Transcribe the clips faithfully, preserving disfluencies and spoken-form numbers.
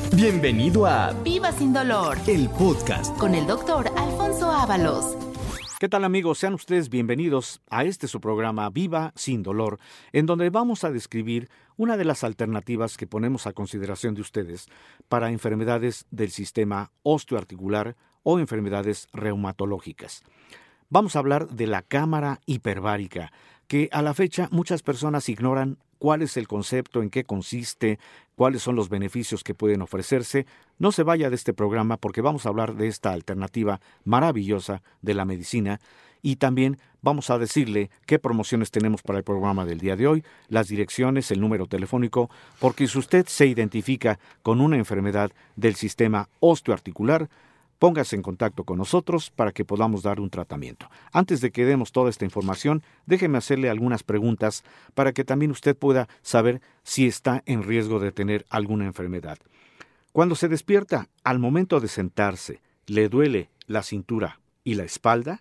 Bienvenido a Viva Sin Dolor, el podcast con el doctor Alfonso Ábalos. ¿Qué tal, amigos? Sean ustedes bienvenidos a este su programa Viva Sin Dolor, en donde vamos a describir una de las alternativas que ponemos a consideración de ustedes para enfermedades del sistema osteoarticular o enfermedades reumatológicas. Vamos a hablar de la cámara hiperbárica, que a la fecha muchas personas ignoran cuál es el concepto, en qué consiste, cuáles son los beneficios que pueden ofrecerse. No se vaya de este programa porque vamos a hablar de esta alternativa maravillosa de la medicina y también vamos a decirle qué promociones tenemos para el programa del día de hoy, las direcciones, el número telefónico, porque si usted se identifica con una enfermedad del sistema osteoarticular, póngase en contacto con nosotros para que podamos dar un tratamiento. Antes de que demos toda esta información, déjeme hacerle algunas preguntas para que también usted pueda saber si está en riesgo de tener alguna enfermedad. Cuando se despierta, al momento de sentarse, ¿le duele la cintura y la espalda?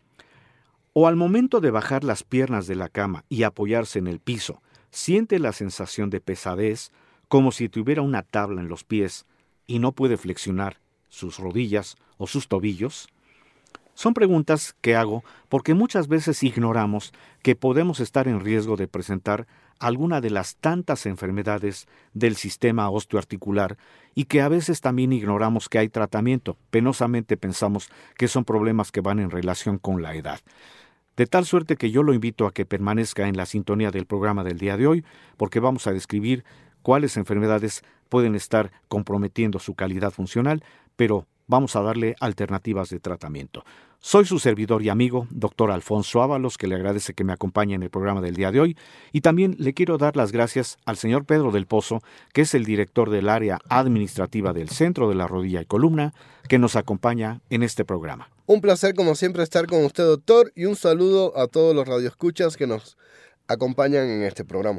¿O al momento de bajar las piernas de la cama y apoyarse en el piso, siente la sensación de pesadez, como si tuviera una tabla en los pies y no puede flexionar sus rodillas o sus tobillos? Son preguntas que hago porque muchas veces ignoramos que podemos estar en riesgo de presentar alguna de las tantas enfermedades del sistema osteoarticular y que a veces también ignoramos que hay tratamiento. Penosamente pensamos que son problemas que van en relación con la edad. De tal suerte que yo lo invito a que permanezca en la sintonía del programa del día de hoy, porque vamos a describir cuáles enfermedades pueden estar comprometiendo su calidad funcional, pero vamos a darle alternativas de tratamiento. Soy su servidor y amigo, doctor Alfonso Ábalos, que le agradece que me acompañe en el programa del día de hoy, y también le quiero dar las gracias al señor Pedro del Pozo, que es el director del área administrativa del Centro de la Rodilla y Columna, que nos acompaña en este programa. Un placer, como siempre, estar con usted, doctor, y un saludo a todos los radioescuchas que nos acompañan en este programa.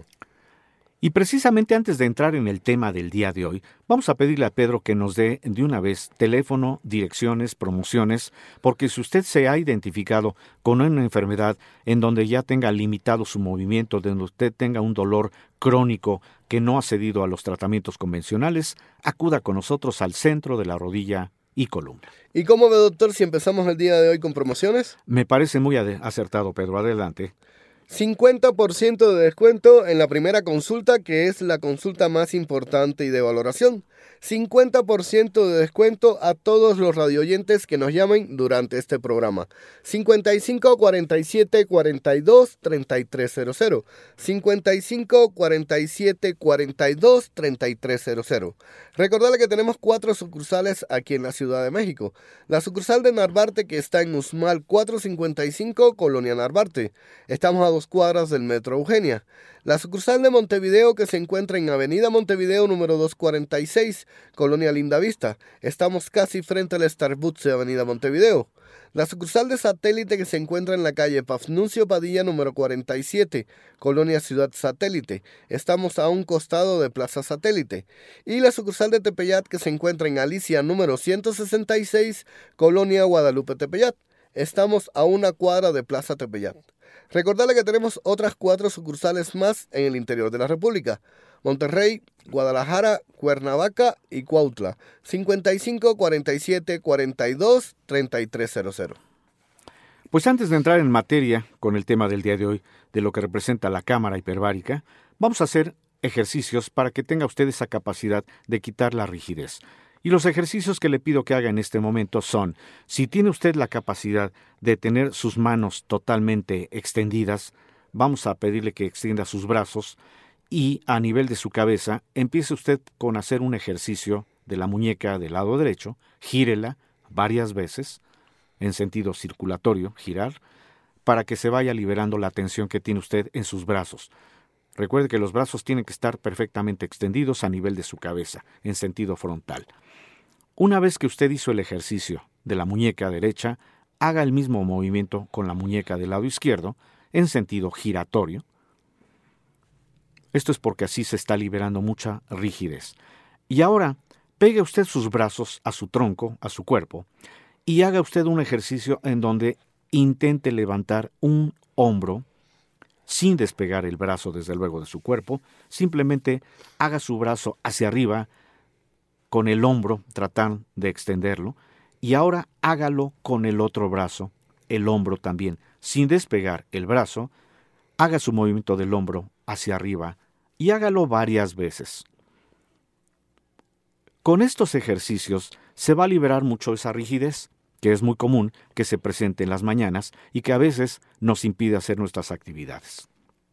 Y precisamente antes de entrar en el tema del día de hoy, vamos a pedirle a Pedro que nos dé de una vez teléfono, direcciones, promociones, porque si usted se ha identificado con una enfermedad en donde ya tenga limitado su movimiento, donde usted tenga un dolor crónico que no ha cedido a los tratamientos convencionales, acuda con nosotros al Centro de la Rodilla y Columna. ¿Y cómo ve, doctor, si empezamos el día de hoy con promociones? Me parece muy acertado, Pedro. Adelante. cincuenta por ciento de descuento en la primera consulta, que es la consulta más importante y de valoración. cincuenta por ciento de descuento a todos los radioyentes que nos llamen durante este programa. cincuenta y cinco, cuarenta y siete, cuarenta y dos, treinta y tres cero cero. cincuenta y cinco, cuarenta y siete, cuarenta y dos, treinta y tres cero cero. Recordarle que tenemos cuatro sucursales aquí en la Ciudad de México. La sucursal de Narvarte, que está en Uxmal cuatrocientos cincuenta y cinco, Colonia Narvarte. Estamos a dos cuadras del Metro Eugenia. La sucursal de Montevideo, que se encuentra en Avenida Montevideo número doscientos cuarenta y seis, Colonia Lindavista. Estamos casi frente al Starbucks de Avenida Montevideo. La sucursal de Satélite, que se encuentra en la calle Pafnuncio Padilla número cuarenta y siete, Colonia Ciudad Satélite. Estamos a un costado de Plaza Satélite. Y la sucursal de Tepeyat, que se encuentra en Alicia número ciento sesenta y seis, Colonia Guadalupe Tepeyat. Estamos a una cuadra de Plaza Tepeyat. Recordarle que tenemos otras cuatro sucursales más en el interior de la República: Monterrey, Guadalajara, Cuernavaca y Cuautla. cincuenta y cinco, cuarenta y siete, cuarenta y dos, treinta y tres cero cero. Pues antes de entrar en materia con el tema del día de hoy, de lo que representa la cámara hiperbárica, vamos a hacer ejercicios para que tenga usted esa capacidad de quitar la rigidez. Y los ejercicios que le pido que haga en este momento son: si tiene usted la capacidad de tener sus manos totalmente extendidas, vamos a pedirle que extienda sus brazos y a nivel de su cabeza empiece usted con hacer un ejercicio de la muñeca del lado derecho, gírela varias veces en sentido circulatorio, girar, para que se vaya liberando la tensión que tiene usted en sus brazos. Recuerde que los brazos tienen que estar perfectamente extendidos a nivel de su cabeza, en sentido frontal. Una vez que usted hizo el ejercicio de la muñeca derecha, haga el mismo movimiento con la muñeca del lado izquierdo, en sentido giratorio. Esto es porque así se está liberando mucha rigidez. Y ahora, pegue usted sus brazos a su tronco, a su cuerpo, y haga usted un ejercicio en donde intente levantar un hombro sin despegar el brazo desde luego de su cuerpo. Simplemente haga su brazo hacia arriba con el hombro, tratar de extenderlo, y ahora hágalo con el otro brazo, el hombro también, sin despegar el brazo. Haga su movimiento del hombro hacia arriba y hágalo varias veces. Con estos ejercicios se va a liberar mucho esa rigidez, que es muy común que se presente en las mañanas y que a veces nos impide hacer nuestras actividades.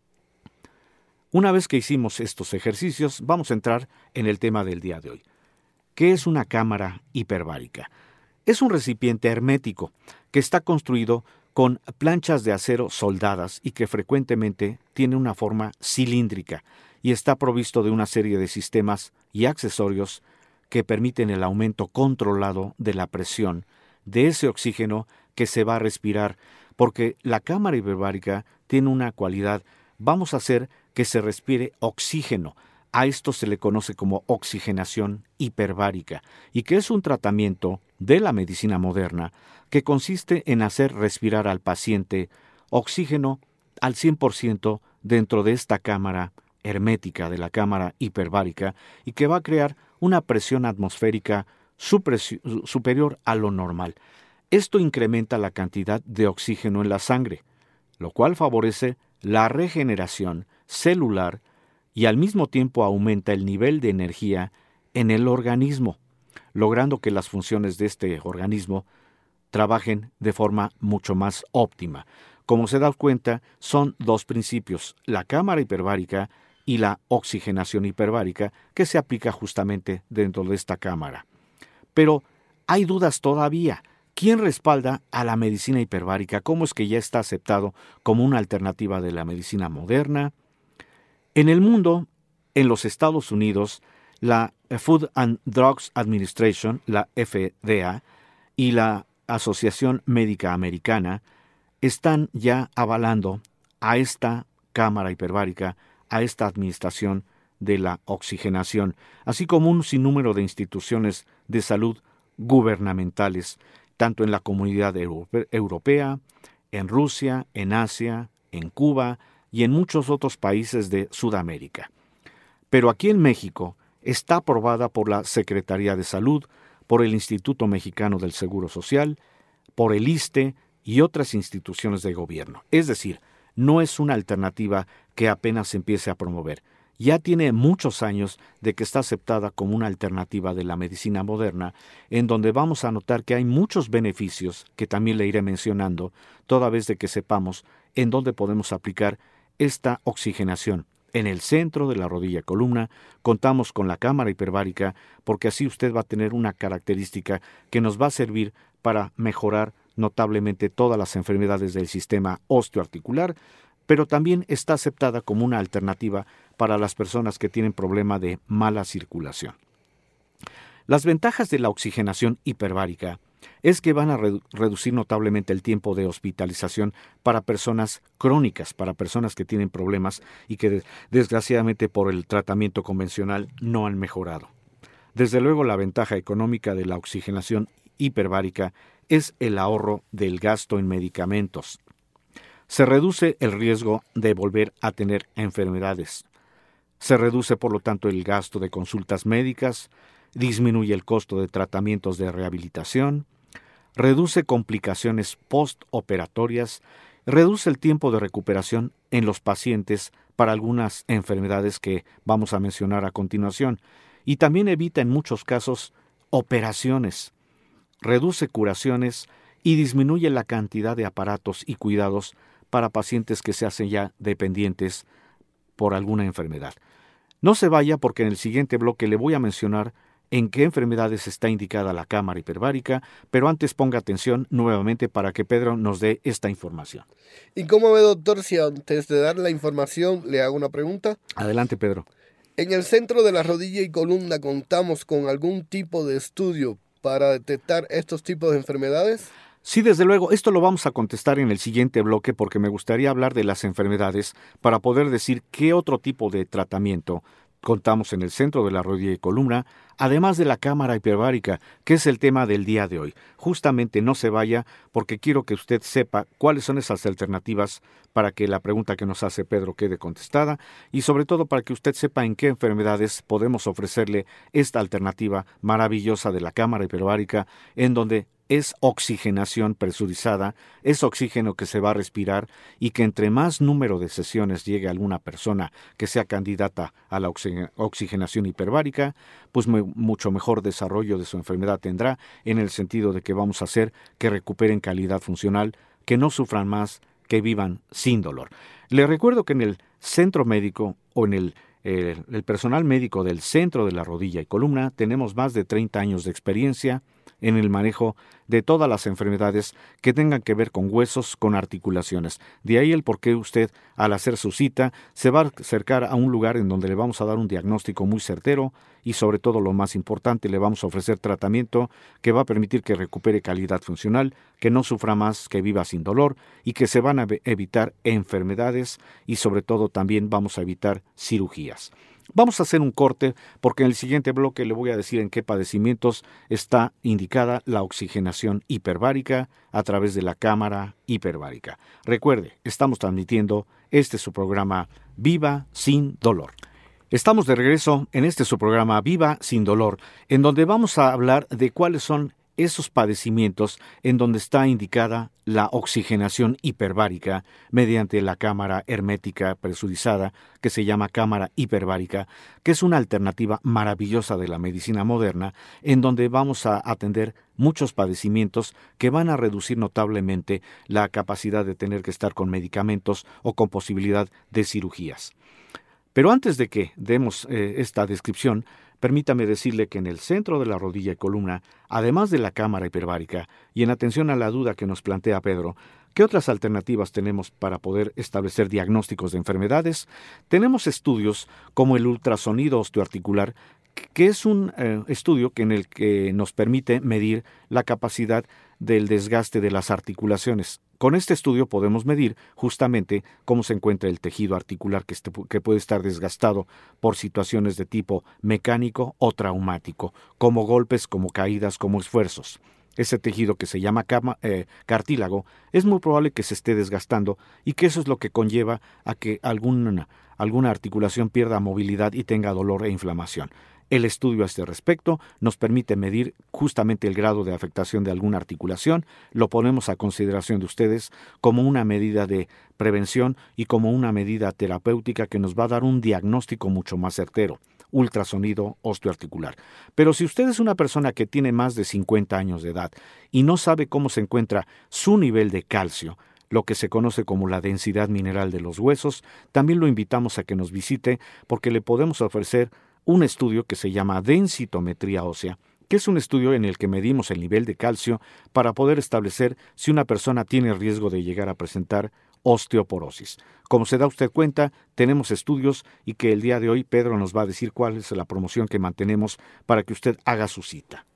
Una vez que hicimos estos ejercicios, vamos a entrar en el tema del día de hoy. ¿Qué es una cámara hiperbárica? Es un recipiente hermético que está construido con planchas de acero soldadas y que frecuentemente tiene una forma cilíndrica y está provisto de una serie de sistemas y accesorios que permiten el aumento controlado de la presión de ese oxígeno que se va a respirar, porque la cámara hiperbárica tiene una cualidad: vamos a hacer que se respire oxígeno. A esto se le conoce como oxigenación hiperbárica, y que es un tratamiento de la medicina moderna que consiste en hacer respirar al paciente oxígeno al cien por ciento dentro de esta cámara hermética, de la cámara hiperbárica, y que va a crear una presión atmosférica superior a lo normal. Esto incrementa la cantidad de oxígeno en la sangre, lo cual favorece la regeneración celular y al mismo tiempo aumenta el nivel de energía en el organismo, logrando que las funciones de este organismo trabajen de forma mucho más óptima. Como se da cuenta, son dos principios: la cámara hiperbárica y la oxigenación hiperbárica, que se aplica justamente dentro de esta cámara. Pero hay dudas todavía. ¿Quién respalda a la medicina hiperbárica? ¿Cómo es que ya está aceptado como una alternativa de la medicina moderna? En el mundo, en los Estados Unidos, la Food and Drugs Administration, la F D A, y la Asociación Médica Americana están ya avalando a esta cámara hiperbárica, a esta administración de la oxigenación, así como un sinnúmero de instituciones de salud gubernamentales, tanto en la comunidad europe- europea, en Rusia, en Asia, en Cuba y en muchos otros países de Sudamérica. Pero aquí en México está aprobada por la Secretaría de Salud, por el Instituto Mexicano del Seguro Social, por el I S S S T E y otras instituciones de gobierno. Es decir, no es una alternativa que apenas se empiece a promover. Ya tiene muchos años de que está aceptada como una alternativa de la medicina moderna, en donde vamos a notar que hay muchos beneficios que también le iré mencionando, toda vez de que sepamos en dónde podemos aplicar esta oxigenación. En el centro de la rodilla y columna contamos con la cámara hiperbárica, porque así usted va a tener una característica que nos va a servir para mejorar notablemente todas las enfermedades del sistema osteoarticular, pero también está aceptada como una alternativa para las personas que tienen problema de mala circulación. Las ventajas de la oxigenación hiperbárica es que van a redu- reducir notablemente el tiempo de hospitalización para personas crónicas, para personas que tienen problemas y que desgraciadamente por el tratamiento convencional no han mejorado. Desde luego, la ventaja económica de la oxigenación hiperbárica es el ahorro del gasto en medicamentos. Se reduce el riesgo de volver a tener enfermedades. Se reduce, por lo tanto, el gasto de consultas médicas, disminuye el costo de tratamientos de rehabilitación, reduce complicaciones postoperatorias, reduce el tiempo de recuperación en los pacientes para algunas enfermedades que vamos a mencionar a continuación, y también evita en muchos casos operaciones, reduce curaciones y disminuye la cantidad de aparatos y cuidados para pacientes que se hacen ya dependientes por alguna enfermedad. No se vaya, porque en el siguiente bloque le voy a mencionar en qué enfermedades está indicada la cámara hiperbárica, pero antes ponga atención nuevamente para que Pedro nos dé esta información. ¿Y cómo ve, doctor, si antes de dar la información le hago una pregunta? Adelante, Pedro. ¿En el centro de la rodilla y columna contamos con algún tipo de estudio para detectar estos tipos de enfermedades? Sí, desde luego, esto lo vamos a contestar en el siguiente bloque, porque me gustaría hablar de las enfermedades para poder decir qué otro tipo de tratamiento contamos en el centro de la rodilla y columna además de la cámara hiperbárica, que es el tema del día de hoy. Justamente no se vaya porque quiero que usted sepa cuáles son esas alternativas para que la pregunta que nos hace Pedro quede contestada y sobre todo para que usted sepa en qué enfermedades podemos ofrecerle esta alternativa maravillosa de la cámara hiperbárica, en donde es oxigenación presurizada, es oxígeno que se va a respirar y que entre más número de sesiones llegue a alguna persona que sea candidata a la oxigenación hiperbárica, pues mucho mejor desarrollo de su enfermedad tendrá, en el sentido de que vamos a hacer que recuperen calidad funcional, que no sufran más, que vivan sin dolor. Le recuerdo que en el centro médico o en el El, el personal médico del centro de la rodilla y columna tenemos más de treinta años de experiencia en el manejo de todas las enfermedades que tengan que ver con huesos, con articulaciones. De ahí el por qué usted, al hacer su cita, se va a acercar a un lugar en donde le vamos a dar un diagnóstico muy certero y, sobre todo, lo más importante, le vamos a ofrecer tratamiento que va a permitir que recupere calidad funcional, que no sufra más, que viva sin dolor y que se van a evitar enfermedades y, sobre todo, también vamos a evitar cirugías. Vamos a hacer un corte porque en el siguiente bloque le voy a decir en qué padecimientos está indicada la oxigenación hiperbárica a través de la cámara hiperbárica. Recuerde, estamos transmitiendo este su programa Viva Sin Dolor. Estamos de regreso en este su programa Viva Sin Dolor, en donde vamos a hablar de cuáles son esos padecimientos en donde está indicada la oxigenación hiperbárica mediante la cámara hermética presurizada que se llama cámara hiperbárica, que es una alternativa maravillosa de la medicina moderna en donde vamos a atender muchos padecimientos que van a reducir notablemente la capacidad de tener que estar con medicamentos o con posibilidad de cirugías. Pero antes de que demos eh, esta descripción, permítame decirle que en el centro de la rodilla y columna, además de la cámara hiperbárica, y en atención a la duda que nos plantea Pedro, ¿qué otras alternativas tenemos para poder establecer diagnósticos de enfermedades? Tenemos estudios como el ultrasonido osteoarticular, que es un eh, estudio que en el que nos permite medir la capacidad del desgaste de las articulaciones. Con este estudio podemos medir justamente cómo se encuentra el tejido articular que, este, que puede estar desgastado por situaciones de tipo mecánico o traumático, como golpes, como caídas, como esfuerzos. Ese tejido que se llama cama, eh, cartílago es muy probable que se esté desgastando y que eso es lo que conlleva a que alguna, alguna articulación pierda movilidad y tenga dolor e inflamación. El estudio a este respecto nos permite medir justamente el grado de afectación de alguna articulación, lo ponemos a consideración de ustedes como una medida de prevención y como una medida terapéutica que nos va a dar un diagnóstico mucho más certero, ultrasonido osteoarticular. Pero si usted es una persona que tiene más de cincuenta años de edad y no sabe cómo se encuentra su nivel de calcio, lo que se conoce como la densidad mineral de los huesos, también lo invitamos a que nos visite porque le podemos ofrecer un estudio que se llama densitometría ósea, que es un estudio en el que medimos el nivel de calcio para poder establecer si una persona tiene riesgo de llegar a presentar osteoporosis. Como se da usted cuenta, tenemos estudios y que el día de hoy Pedro nos va a decir cuál es la promoción que mantenemos para que usted haga su cita.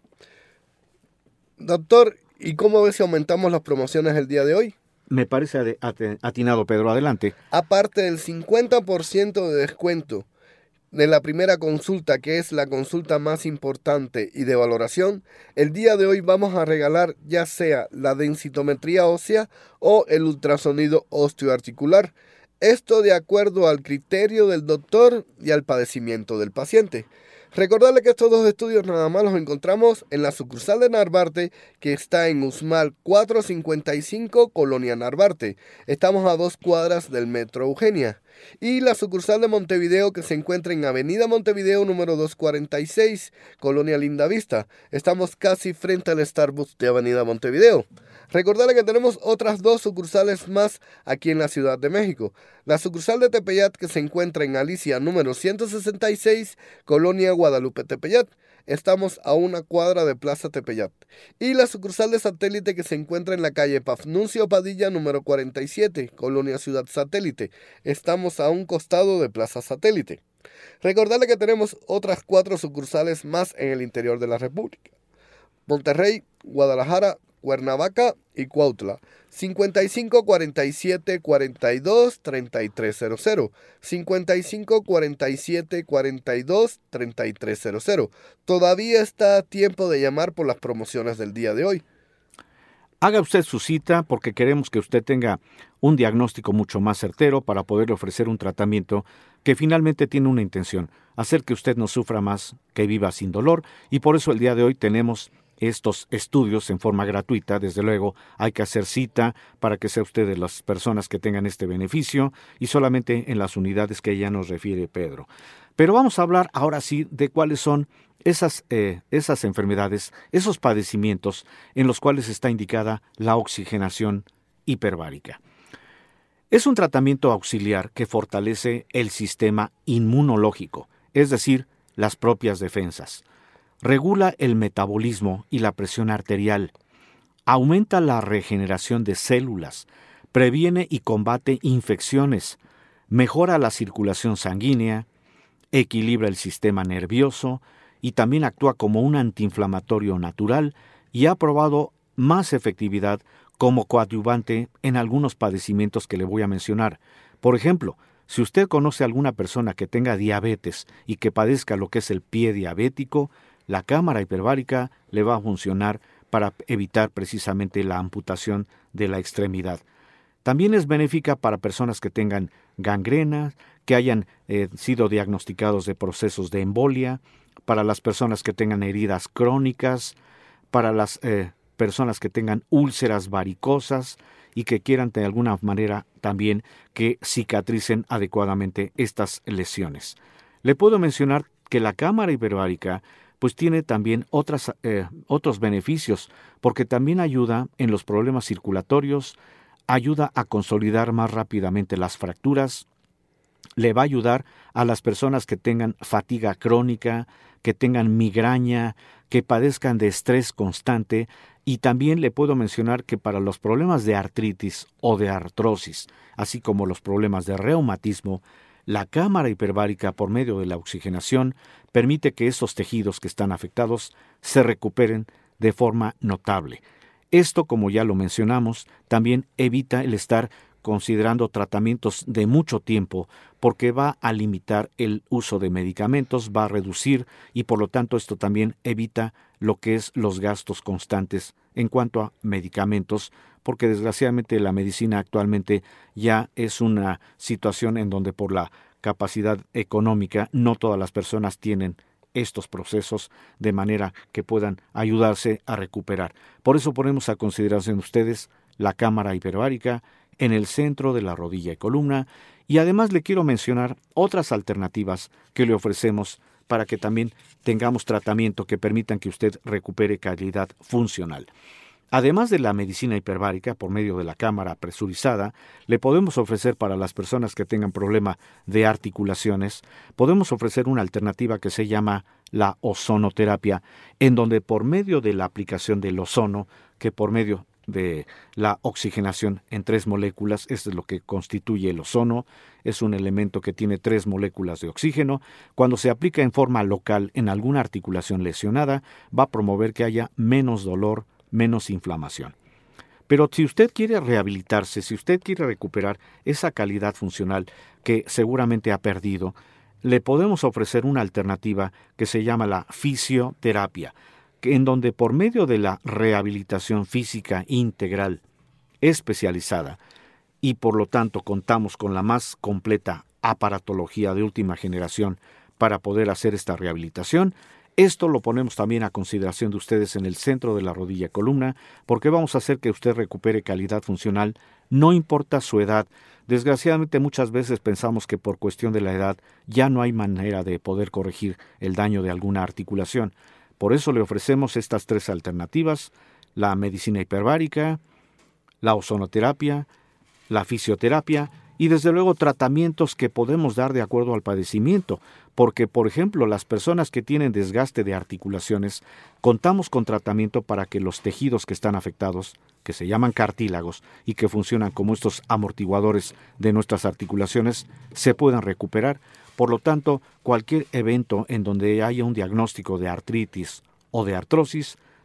Doctor, ¿y cómo ve si aumentamos las promociones el día de hoy? Me parece atinado, Pedro. Adelante. Aparte del cincuenta por ciento de descuento de la primera consulta, que es la consulta más importante y de valoración, el día de hoy vamos a regalar ya sea la densitometría ósea o el ultrasonido osteoarticular. Esto de acuerdo al criterio del doctor y al padecimiento del paciente. Recordarle que estos dos estudios nada más los encontramos en la sucursal de Narvarte, que está en Usmal cuatrocientos cincuenta y cinco, Colonia Narvarte. Estamos a dos cuadras del Metro Eugenia. Y la sucursal de Montevideo, que se encuentra en Avenida Montevideo número doscientos cuarenta y seis, Colonia Lindavista. Estamos casi frente al Starbucks de Avenida Montevideo. Recordarle que tenemos otras dos sucursales más aquí en la Ciudad de México. La sucursal de Tepeyat, que se encuentra en Alicia número ciento sesenta y seis, Colonia Guadalupe Tepeyat. Estamos a una cuadra de Plaza Tepeyat. Y la sucursal de Satélite, que se encuentra en la calle Pafnuncio Padilla número cuarenta y siete, Colonia Ciudad Satélite. Estamos a un costado de Plaza Satélite. Recordarle que tenemos otras cuatro sucursales más en el interior de la República: Monterrey, Guadalajara, Cuernavaca y Cuautla. cincuenta y cinco cuarenta y siete cuarenta y dos treinta y tres cero cero. cincuenta y cinco cuarenta y siete cuarenta y dos treinta y tres cero cero. Todavía está a tiempo de llamar por las promociones del día de hoy. Haga usted su cita porque queremos que usted tenga un diagnóstico mucho más certero para poder ofrecer un tratamiento que finalmente tiene una intención, hacer que usted no sufra más, que viva sin dolor, y por eso el día de hoy tenemos estos estudios en forma gratuita. Desde luego hay que hacer cita para que sea usted de las personas que tengan este beneficio y solamente en las unidades que ya nos refiere Pedro. Pero vamos a hablar ahora sí de cuáles son esas, eh, esas enfermedades, esos padecimientos en los cuales está indicada la oxigenación hiperbárica. Es un tratamiento auxiliar que fortalece el sistema inmunológico, es decir, las propias defensas. Regula el metabolismo y la presión arterial. Aumenta la regeneración de células. Previene y combate infecciones. Mejora la circulación sanguínea. Equilibra el sistema nervioso y también actúa como un antiinflamatorio natural y ha probado más efectividad como coadyuvante en algunos padecimientos que le voy a mencionar. Por ejemplo, si usted conoce a alguna persona que tenga diabetes y que padezca lo que es el pie diabético, la cámara hiperbárica le va a funcionar para evitar precisamente la amputación de la extremidad. También es benéfica para personas que tengan gangrena, que hayan eh, sido diagnosticados de procesos de embolia, para las personas que tengan heridas crónicas, para las eh, personas que tengan úlceras varicosas y que quieran de alguna manera también que cicatricen adecuadamente estas lesiones. Le puedo mencionar que la cámara hiperbárica pues tiene también otras, eh, otros beneficios, porque también ayuda en los problemas circulatorios, ayuda a consolidar más rápidamente las fracturas, le va a ayudar a las personas que tengan fatiga crónica, que tengan migraña, que padezcan de estrés constante, y también le puedo mencionar que para los problemas de artritis o de artrosis, así como los problemas de reumatismo, la cámara hiperbárica por medio de la oxigenación permite que esos tejidos que están afectados se recuperen de forma notable. Esto, como ya lo mencionamos, también evita el estar considerando tratamientos de mucho tiempo porque va a limitar el uso de medicamentos, va a reducir y por lo tanto esto también evita lo que es los gastos constantes en cuanto a medicamentos, porque desgraciadamente la medicina actualmente ya es una situación en donde por la capacidad económica no todas las personas tienen estos procesos de manera que puedan ayudarse a recuperar. Por eso ponemos a consideración de ustedes la cámara hiperbárica en el centro de la rodilla y columna, y además le quiero mencionar otras alternativas que le ofrecemos para que también tengamos tratamiento que permitan que usted recupere calidad funcional. Además de la medicina hiperbárica por medio de la cámara presurizada, le podemos ofrecer para las personas que tengan problema de articulaciones, podemos ofrecer una alternativa que se llama la ozonoterapia, en donde por medio de la aplicación del ozono, que por medio de la oxigenación en tres moléculas, esto es lo que constituye el ozono, es un elemento que tiene tres moléculas de oxígeno, cuando se aplica en forma local en alguna articulación lesionada, va a promover que haya menos dolor, menos inflamación. Pero si usted quiere rehabilitarse, si usted quiere recuperar esa calidad funcional que seguramente ha perdido, le podemos ofrecer una alternativa que se llama la fisioterapia, en donde por medio de la rehabilitación física integral especializada y por lo tanto contamos con la más completa aparatología de última generación para poder hacer esta rehabilitación, esto lo ponemos también a consideración de ustedes en el centro de la rodilla y columna, porque vamos a hacer que usted recupere calidad funcional, no importa su edad. Desgraciadamente muchas veces pensamos que por cuestión de la edad ya no hay manera de poder corregir el daño de alguna articulación. Por eso le ofrecemos estas tres alternativas: la medicina hiperbárica, la ozonoterapia, la fisioterapia y desde luego tratamientos que podemos dar de acuerdo al padecimiento, porque por ejemplo las personas que tienen desgaste de articulaciones, contamos con tratamiento para que los tejidos que están afectados, que se llaman cartílagos y que funcionan como estos amortiguadores de nuestras articulaciones, se puedan recuperar. Por lo tanto, cualquier evento en donde haya un diagnóstico de artritis o de artrosis,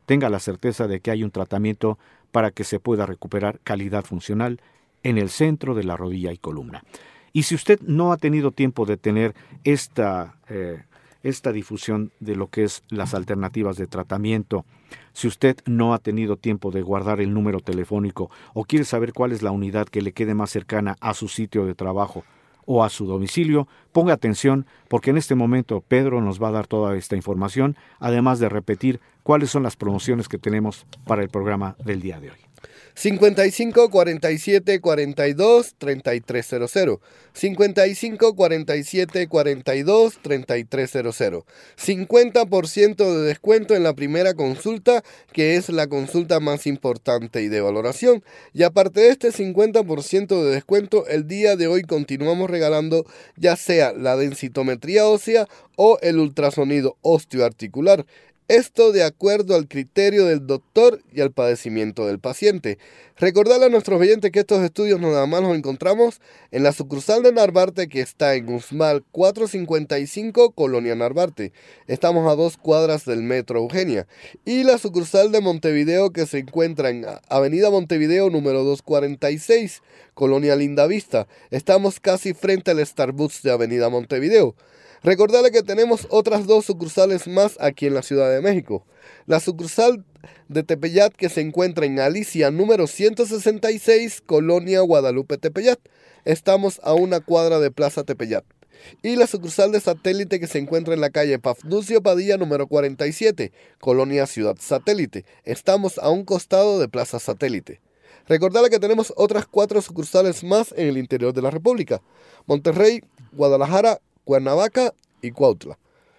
tenga la certeza de que hay un tratamiento para que se pueda recuperar calidad funcional en el centro de la rodilla y columna. Y si usted no ha tenido tiempo de tener esta, eh, esta difusión de lo que es las alternativas de tratamiento, si usted no ha tenido tiempo de guardar el número telefónico o quiere saber cuál es la unidad que le quede más cercana a su sitio de trabajo o a su domicilio, ponga atención porque en este momento Pedro nos va a dar toda esta información, además de repetir cuáles son las promociones que tenemos para el programa del día de hoy. cincuenta y cinco, cuarenta y siete, cuarenta y dos, treinta y tres cero cero. cincuenta y cinco, cuarenta y siete, cuarenta y dos, treinta y tres cero cero. cincuenta por ciento de descuento en la primera consulta, que es la consulta más importante y de valoración. Y aparte de este cincuenta por ciento de descuento, el día de hoy continuamos regalando ya sea la densitometría ósea o el ultrasonido osteoarticular. Esto de acuerdo al criterio del doctor y al padecimiento del paciente. Recordarle a nuestros oyentes que estos estudios nada más los encontramos en la sucursal de Narvarte, que está en Uxmal cuatrocientos cincuenta y cinco, Colonia Narvarte. Estamos a dos cuadras del Metro Eugenia. Y la sucursal de Montevideo, que se encuentra en Avenida Montevideo número doscientos cuarenta y seis, Colonia Lindavista. Estamos casi frente al Starbucks de Avenida Montevideo. Recordarle que tenemos otras dos sucursales más aquí en la Ciudad de México. La sucursal de Tepeyat, que se encuentra en Alicia número ciento sesenta y seis, Colonia Guadalupe Tepeyat. Estamos a una cuadra de Plaza Tepeyat. Y la sucursal de Satélite, que se encuentra en la calle Pafnucio Padilla número cuarenta y siete, Colonia Ciudad Satélite. Estamos a un costado de Plaza Satélite. Recordarle que tenemos otras cuatro sucursales más en el interior de la República: Monterrey, Guadalajara, Cuernavaca y Cuautla.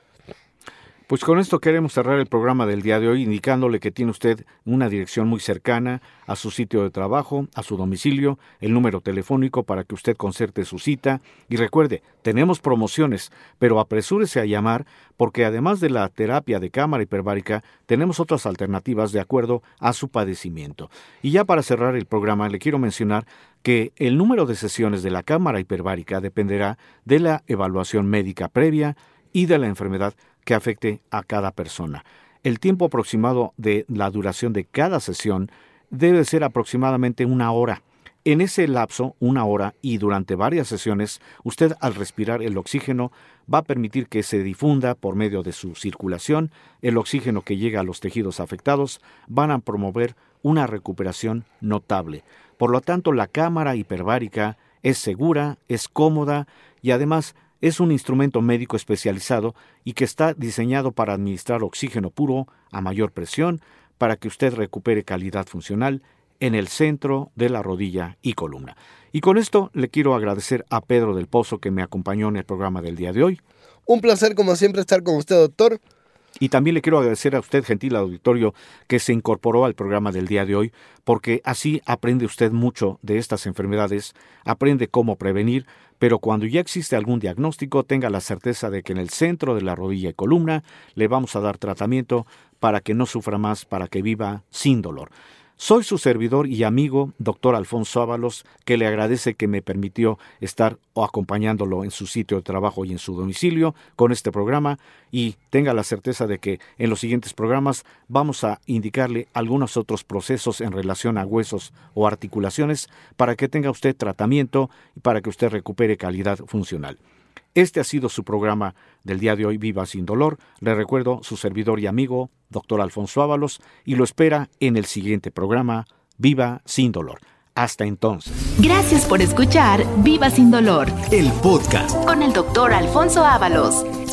Pues con esto queremos cerrar el programa del día de hoy indicándole que tiene usted una dirección muy cercana a su sitio de trabajo, a su domicilio, el número telefónico para que usted concerte su cita. Y recuerde, tenemos promociones, pero apresúrese a llamar porque además de la terapia de cámara hiperbárica, tenemos otras alternativas de acuerdo a su padecimiento. Y ya para cerrar el programa, le quiero mencionar que el número de sesiones de la cámara hiperbárica dependerá de la evaluación médica previa y de la enfermedad que afecte a cada persona. El tiempo aproximado de la duración de cada sesión debe ser aproximadamente una hora. En ese lapso, una hora y durante varias sesiones, usted al respirar el oxígeno va a permitir que se difunda por medio de su circulación. El oxígeno que llega a los tejidos afectados van a promover una recuperación notable. Por lo tanto, la cámara hiperbárica es segura, es cómoda y además es un instrumento médico especializado y que está diseñado para administrar oxígeno puro a mayor presión para que usted recupere calidad funcional en el centro de la rodilla y columna. Y con esto le quiero agradecer a Pedro del Pozo que me acompañó en el programa del día de hoy. Un placer como siempre estar con usted, doctor. Y también le quiero agradecer a usted, gentil auditorio, que se incorporó al programa del día de hoy, porque así aprende usted mucho de estas enfermedades, aprende cómo prevenir, pero cuando ya existe algún diagnóstico, tenga la certeza de que en el centro de la rodilla y columna le vamos a dar tratamiento para que no sufra más, para que viva sin dolor. Soy su servidor y amigo, doctor Alfonso Ábalos, que le agradece que me permitió estar o acompañándolo en su sitio de trabajo y en su domicilio con este programa, y tenga la certeza de que en los siguientes programas vamos a indicarle algunos otros procesos en relación a huesos o articulaciones para que tenga usted tratamiento y para que usted recupere calidad funcional. Este ha sido su programa del día de hoy, Viva Sin Dolor. Le recuerdo su servidor y amigo, doctor Alfonso Ábalos, y lo espera en el siguiente programa, Viva Sin Dolor. Hasta entonces. Gracias por escuchar Viva Sin Dolor, el podcast con el doctor Alfonso Ábalos.